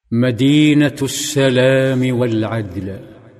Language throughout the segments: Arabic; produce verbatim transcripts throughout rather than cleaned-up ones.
مدينة السلام والعدل.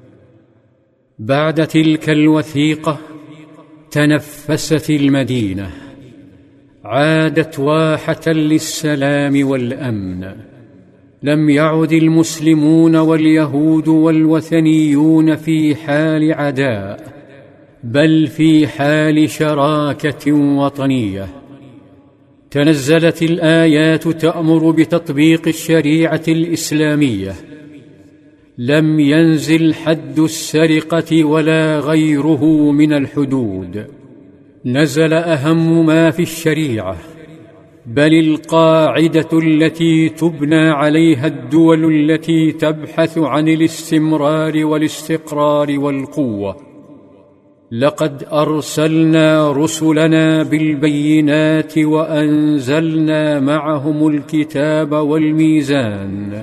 بعد تلك الوثيقة تنفست المدينة، عادت واحة للسلام والأمن. لم يعد المسلمون واليهود والوثنيون في حال عداء، بل في حال شراكة وطنية. تنزلت الآيات تأمر بتطبيق الشريعة الإسلامية. لم ينزل حد السرقة ولا غيره من الحدود، نزل أهم ما في الشريعة، بل القاعدة التي تبنى عليها الدول التي تبحث عن الاستمرار والاستقرار والقوة. لقد أرسلنا رسلنا بالبينات وأنزلنا معهم الكتاب والميزان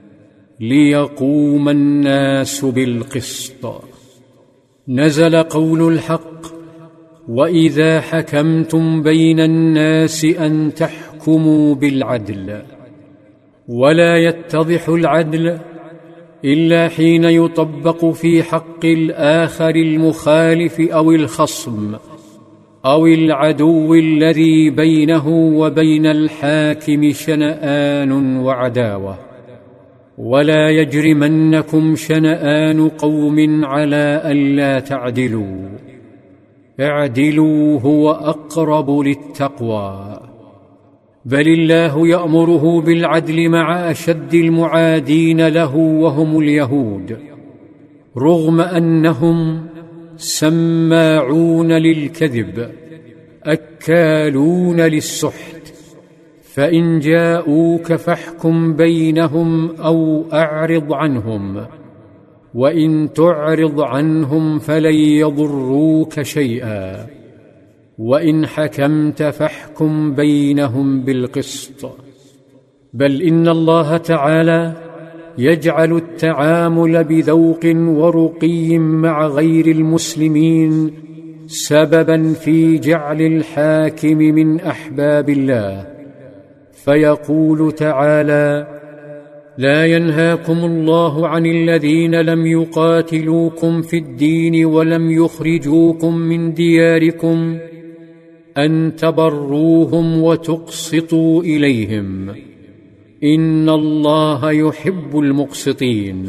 ليقوم الناس بالقسط. نزل قول الحق: وإذا حكمتم بين الناس أن تحكموا بالعدل. ولا يتضح العدل إلا حين يطبق في حق الآخر المخالف أو الخصم أو العدو الذي بينه وبين الحاكم شنآن وعداوة. ولا يجرمنكم شنآن قوم على ألا تعدلوا، اعدلوا هو أقرب للتقوى. بل الله يأمره بالعدل مع أشد المعادين له وهم اليهود، رغم أنهم سماعون للكذب أكالون للسحت. فإن جاءوك فاحكم بينهم أو أعرض عنهم، وإن تعرض عنهم فلن يضروك شيئا، وإن حكمت فاحكم بينهم بالقسط. بل إن الله تعالى يجعل التعامل بذوق ورقي مع غير المسلمين سببا في جعل الحاكم من أحباب الله، فيقول تعالى: لا ينهاكم الله عن الذين لم يقاتلوكم في الدين ولم يخرجوكم من دياركم أن تبروهم وتقسطوا إليهم، إن الله يحب المقسطين.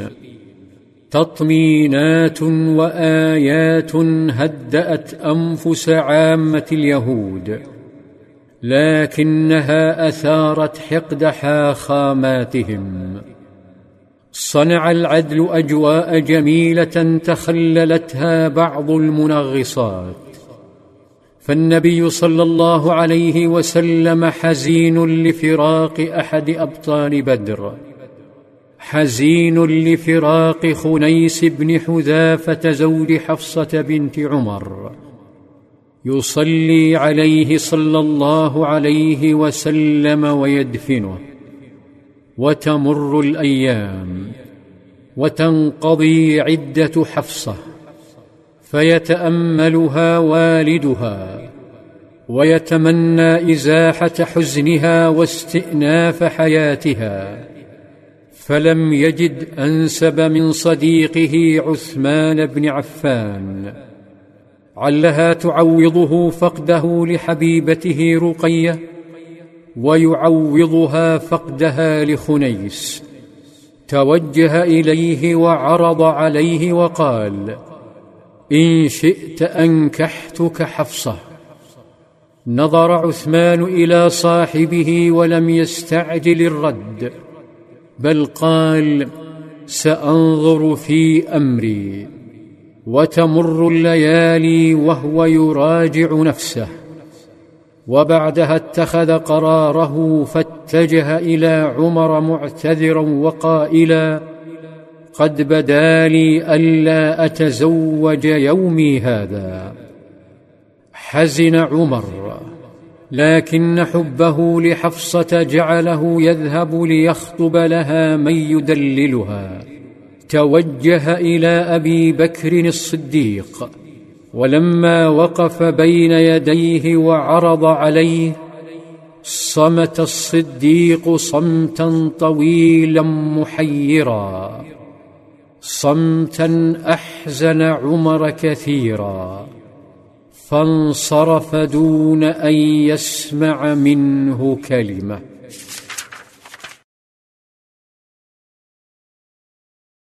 تطمينات وآيات هدأت أنفس عامة اليهود، لكنها أثارت حقد حاخاماتهم. صنع العدل أجواء جميلة تخللتها بعض المنغصات. فالنبي صلى الله عليه وسلم حزين لفراق أحد أبطال بدر، حزين لفراق خنيس بن حذافة زوج حفصة بنت عمر. يصلي عليه صلى الله عليه وسلم ويدفنه. وتمر الأيام وتنقضي عدة حفصة، فيتأملها والدها ويتمنى إزاحة حزنها واستئناف حياتها، فلم يجد أنسب من صديقه عثمان بن عفان. علها تعوضه فقده لحبيبته رقية، ويعوضها فقدها لخنيس. توجه إليه وعرض عليه وقال: إن شئت أنكحتك حفصة. نظر عثمان إلى صاحبه ولم يستعجل الرد، بل قال: سأنظر في أمري. وتمر الليالي وهو يراجع نفسه، وبعدها اتخذ قراره فاتجه إلى عمر معتذرا وقائلا: قد بدا لي ألا أتزوج يومي هذا. حزن عمر، لكن حبه لحفصة جعله يذهب ليخطب لها من يدللها. توجه إلى أبي بكر الصديق، ولما وقف بين يديه وعرض عليه صمت الصديق صمتا طويلا محيرا، صمتا أحزن عمر كثيرا، فانصرف دون أن يسمع منه كلمة.